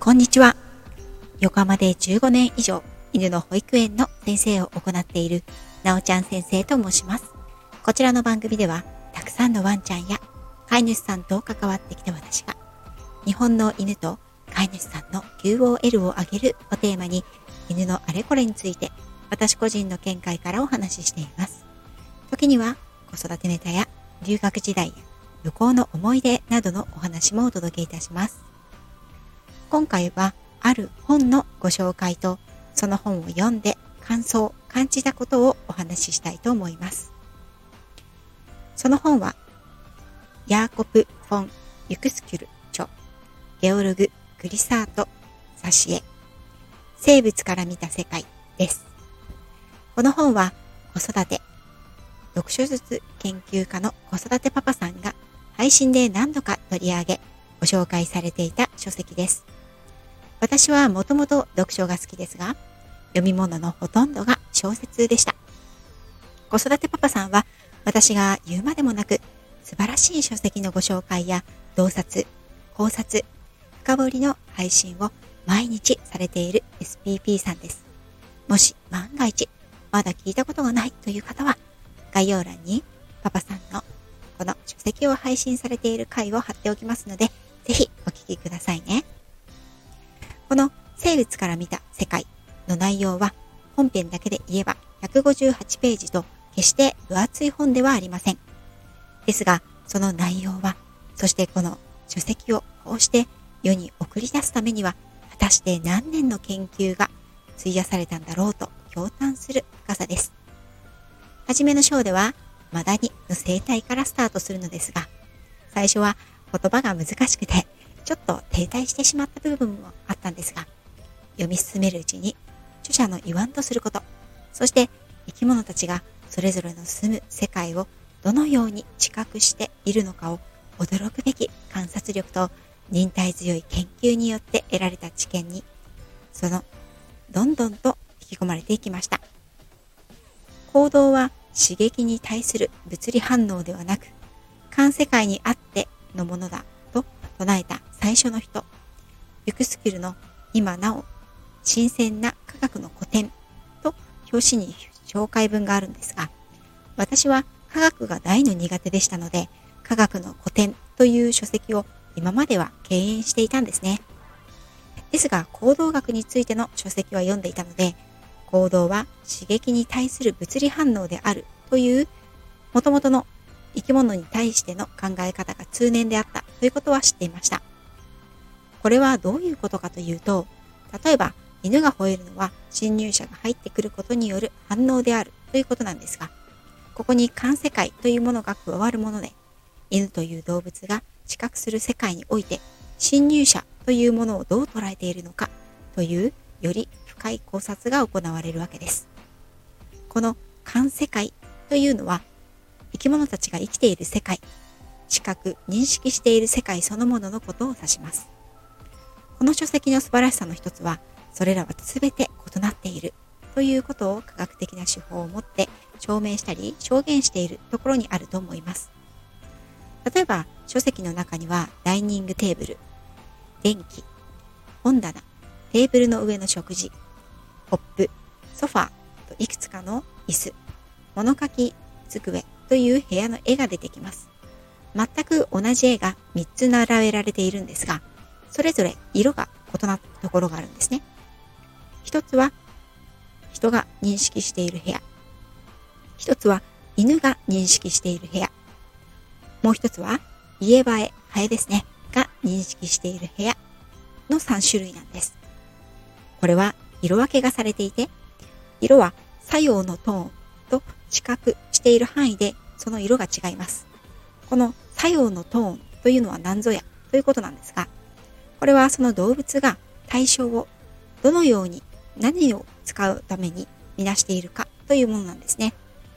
こんにちは。横浜で15年以上犬の保育園の先生を行っているなおちゃん先生と申します。こちらの番組ではたくさんのワンちゃんや飼い主さんと関わってきた私が日本の犬と飼い主さんの QOL を上げるをテーマに犬のあれこれについて私個人の見解からお話ししています。時には子育てネタや留学時代や旅行の思い出などのお話もお届けいたします。今回はある本のご紹介とその本を読んで感じたことをお話ししたいと思います。その本はヤーコプ・フォン・ユクスキュル著ゲオルグ・グリサート挿絵生物から見た世界です。この本は子育て読書術研究家の子育てパパさんが配信で何度か取り上げご紹介されていた書籍です。私はもともと読書が好きですが、読み物のほとんどが小説でした。子育てパパさんは私が言うまでもなく素晴らしい書籍のご紹介や洞察、考察、深掘りの配信を毎日されている SPP さんです。もし万が一まだ聞いたことがないという方は概要欄にパパさんのこの書籍を配信されている回を貼っておきますので、ぜひお聞きくださいね。この生物から見た世界の内容は本編だけで言えば158ページと決して分厚い本ではありません。ですがその内容は、そしてこの書籍をこうして世に送り出すためには果たして何年の研究が費やされたんだろうと驚嘆する深さです。はじめの章ではマダニの生態からスタートするのですが、最初は言葉が難しくてちょっと停滞してしまった部分もあったんですが、読み進めるうちに著者の言わんとすること、そして生き物たちがそれぞれの住む世界をどのように知覚しているのかを驚くべき観察力と忍耐強い研究によって得られた知見にどんどんと引き込まれていきました。行動は刺激に対する物理反応ではなく環世界にあってのものだと唱えた最初の人、ユクスキュルの今なお新鮮な科学の古典と表紙に紹介文があるんですが、私は科学が大の苦手でしたので、科学の古典という書籍を今までは敬遠していたんですね。ですが行動学についての書籍は読んでいたので、行動は刺激に対する物理反応であるという元々の生き物に対しての考え方が通念であったということは知っていました。これはどういうことかというと、例えば犬が吠えるのは侵入者が入ってくることによる反応であるということなんですが、ここに環世界というものが加わるもので、犬という動物が知覚する世界において侵入者というものをどう捉えているのかというより深い考察が行われるわけです。この環世界というのは生き物たちが生きている世界、知覚、認識している世界そのもののことを指します。この書籍の素晴らしさの一つは、それらは全て異なっているということを科学的な手法をもって証明したり証言しているところにあると思います。例えば書籍の中にはダイニングテーブル、電気、本棚、テーブルの上の食事、コップ、ソファーといくつかの椅子、物書き机という部屋の絵が出てきます。全く同じ絵が3つ並べられているんですが、それぞれ色が異なったところがあるんですね。一つは人が認識している部屋、一つは犬が認識している部屋、もう一つは家映え、ハエですね、が認識している部屋の3種類なんです。これは色分けがされていて、色は作用のトーンと知覚している範囲でその色が違います。この作用のトーンというのは何ぞやということなんですが、これはその動物が対象をどのように何を使うために見なしているかというものなんですね。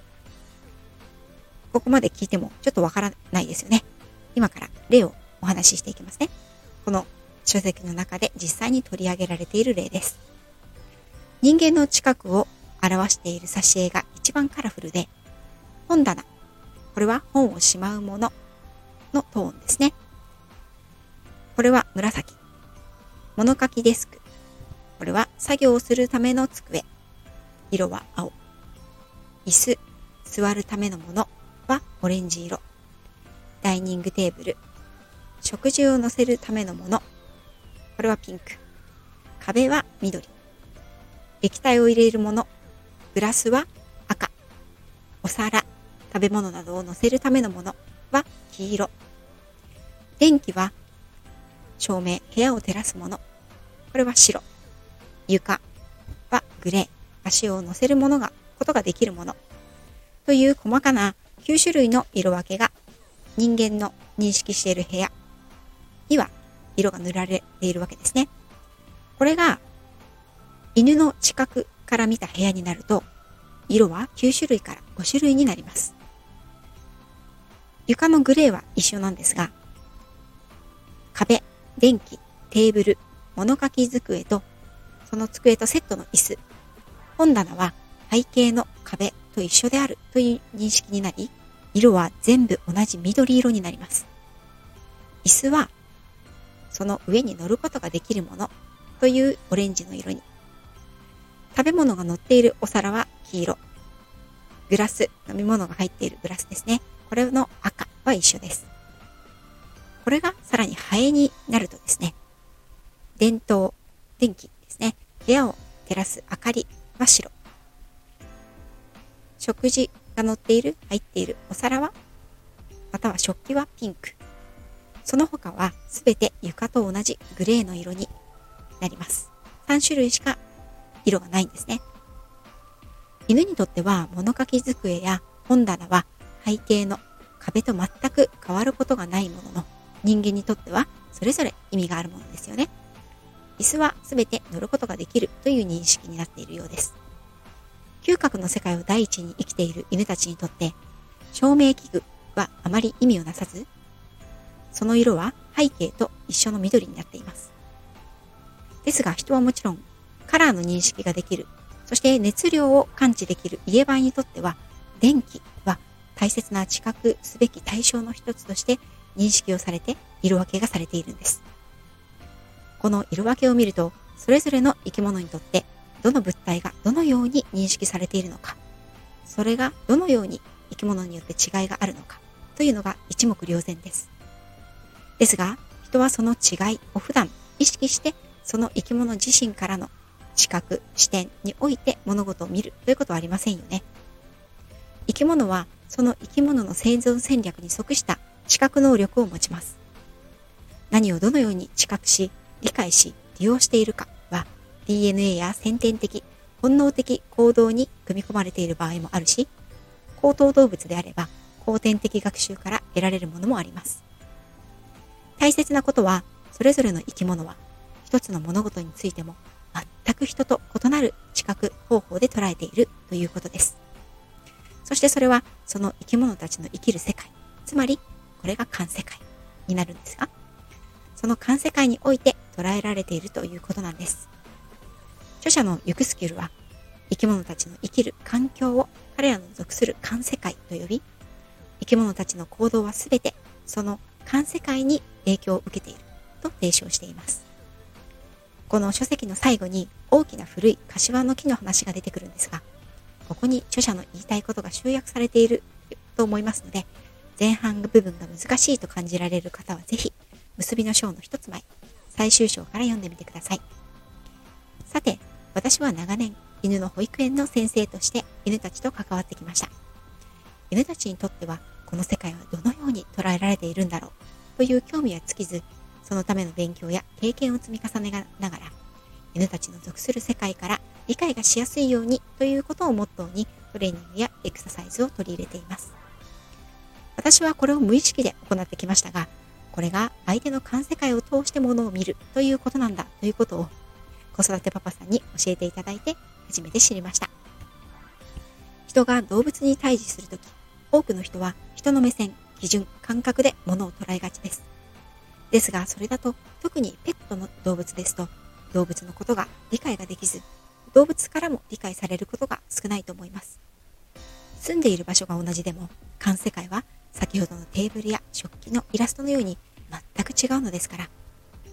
ここまで聞いてもちょっとわからないですよね。今から例をお話ししていきますね。この書籍の中で実際に取り上げられている例です。人間の知覚を表している挿絵が一番カラフルで、本棚、これは本をしまうもののトーンですね。これは紫。 物書きデスク。これは作業をするための机。色は青。椅子、座るためのものはオレンジ色。ダイニングテーブル、食事を乗せるためのもの。これはピンク。壁は緑。液体を入れるもの。グラスは赤。お皿、食べ物などを乗せるためのものは黄色。電気は照明、部屋を照らすもの。これは白。床はグレー。足を乗せることができるもの。という細かな9種類の色分けが人間の認識している部屋には色が塗られているわけですね。これが犬の知覚から見た部屋になると、色は9種類から5種類になります。床のグレーは一緒なんですが、壁、電気、テーブル、物書き机とその机とセットの椅子、本棚は背景の壁と一緒であるという認識になり、色は全部同じ緑色になります。椅子はその上に乗ることができるものというオレンジの色に、食べ物が乗っているお皿は黄色、グラス、飲み物が入っているグラスですね。これの赤は一緒です。これがさらにハエになるとですね、電気ですね。部屋を照らす明かりは白。食事が乗っている、入っているお皿は、または食器はピンク。その他はすべて床と同じグレーの色になります。3種類しか色がないんですね。犬にとっては物書き机や本棚は背景の壁と全く変わることがないものの、人間にとってはそれぞれ意味があるものですよね。椅子はすべて乗ることができるという認識になっているようです。嗅覚の世界を第一に生きている犬たちにとって、照明器具はあまり意味をなさず、その色は背景と一緒の緑になっています。ですが人はもちろんカラーの認識ができる、そして熱量を感知できる家バイにとっては、電気は大切な知覚すべき対象の一つとして認識をされて色分けがされているんです。この色分けを見ると、それぞれの生き物にとってどの物体がどのように認識されているのか、それがどのように生き物によって違いがあるのかというのが一目瞭然です。ですが、人はその違いを普段意識してその生き物自身からの視覚、視点において物事を見るということはありませんよね。生き物はその生き物の生存戦略に即した知覚能力を持ちます。何をどのように知覚し、理解し、利用しているかは DNA や先天的、本能的行動に組み込まれている場合もあるし、高等動物であれば後天的学習から得られるものもあります。大切なことは、それぞれの生き物は一つの物事についても全く人と異なる知覚方法で捉えているということです。そしてそれはその生き物たちの生きる世界、つまりこれが環世界になるんですが、その環世界において捉えられているということなんです。著者のユクスキュルは、生き物たちの生きる環境を彼らの属する環世界と呼び、生き物たちの行動はすべてその環世界に影響を受けていると提唱しています。この書籍の最後に大きな古い柏の木の話が出てくるんですが、ここに著者の言いたいことが集約されていると思いますので、前半部分が難しいと感じられる方はぜひ結びの章の一つ前、最終章から読んでみてください。さて、私は長年犬の保育園の先生として犬たちと関わってきました。犬たちにとってはこの世界はどのように捉えられているんだろうという興味は尽きず、そのための勉強や経験を積み重ねながら、犬たちの属する世界から理解がしやすいようにということをモットーにトレーニングやエクササイズを取り入れています。私はこれを無意識で行ってきましたが、これが相手の環世界を通してものを見るということなんだということを子育てパパさんに教えていただいて初めて知りました。人が動物に対峙するとき、多くの人は人の目線、基準、感覚で物を捉えがちです。ですがそれだと、特にペットの動物ですと、動物のことが理解ができず、動物からも理解されることが少ないと思います。住んでいる場所が同じでも、環世界は先ほどのテーブルや食器のイラストのように全く違うのですから。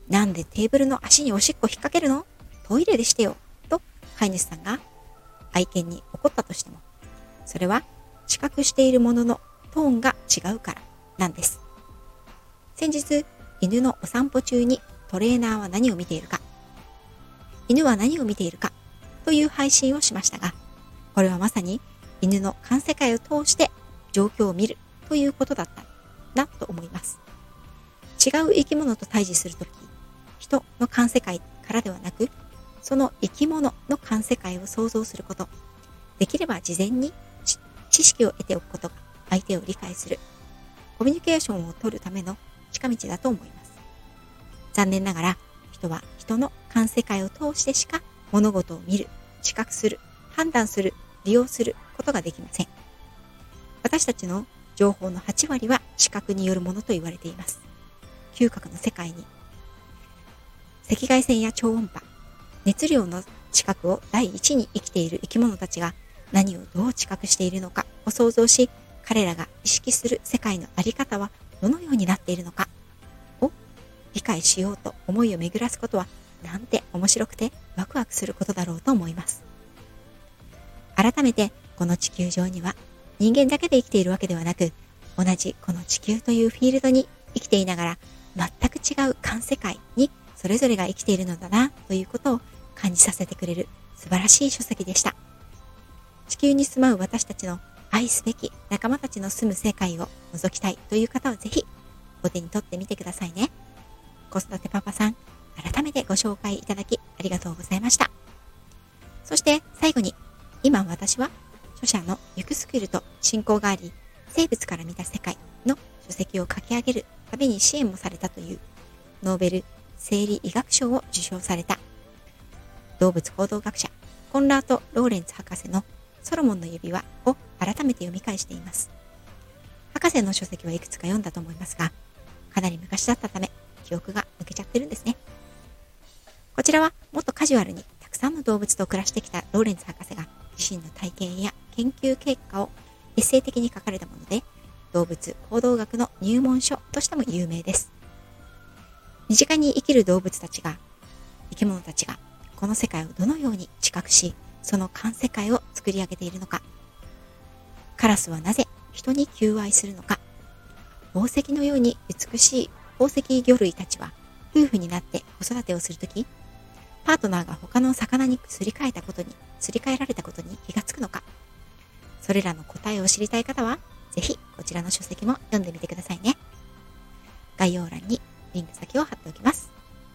なんでテーブルの足におしっこ引っ掛けるの？トイレでしてよ。と飼い主さんが愛犬に怒ったとしても、それは知覚しているもののトーンが違うからなんです。先日、犬のお散歩中にトレーナーは何を見ているか、犬は何を見ているかという配信をしましたが、これはまさに犬の観世界を通して状況を見るということだったなと思います。違う生き物と対峙するとき、人の観世界からではなく、その生き物の観世界を想像すること、できれば事前に知識を得ておくことが相手を理解する、コミュニケーションを取るための近道だと思います。残念ながら、人は人の観世界を通してしか物事を見る、知覚する、判断する、利用することができません。私たちの情報の8割は視覚によるものと言われています。嗅覚の世界に赤外線や超音波、熱量の知覚を第一に生きている生き物たちが何をどう知覚しているのかを想像し、彼らが意識する世界のあり方はどのようになっているのかを理解しようと思いを巡らすことは、なんて面白くてワクワクすることだろうと思います。改めてこの地球上には人間だけで生きているわけではなく、同じこの地球というフィールドに生きていながら全く違う観世界にそれぞれが生きているのだなということを感じさせてくれる素晴らしい書籍でした。地球に住まう私たちの愛すべき仲間たちの住む世界を覗きたいという方はぜひお手に取ってみてくださいね。子育てパパさん、改めてご紹介いただきありがとうございました。そして最後に、今私は著者のユクスキルと親交があり、生物から見た世界の書籍を書き上げるために支援もされたというノーベル生理医学賞を受賞された動物行動学者コンラート・ローレンツ博士のソロモンの指輪を改めて読み返しています。博士の書籍はいくつか読んだと思いますが、かなり昔だったため記憶が抜けちゃってるんですね。こちらはもっとカジュアルにたくさんの動物と暮らしてきたローレンツ博士が自身の体験や研究結果をエッセイ的に書かれたもので、動物行動学の入門書としても有名です。身近に生きる動物たちが、生き物たちがこの世界をどのように知覚し、その観世界を作り上げているのか、カラスはなぜ人に求愛するのか、宝石のように美しい宝石魚類たちは夫婦になって子育てをするとき、パートナーが他の魚にすり替えられたことに気がつくのか、それらの答えを知りたい方はぜひこちらの書籍も読んでみてくださいね。概要欄にリンク先を貼っておきます。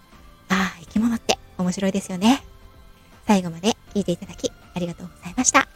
生き物って面白いですよね。最後まで聞いていただきありがとうございました。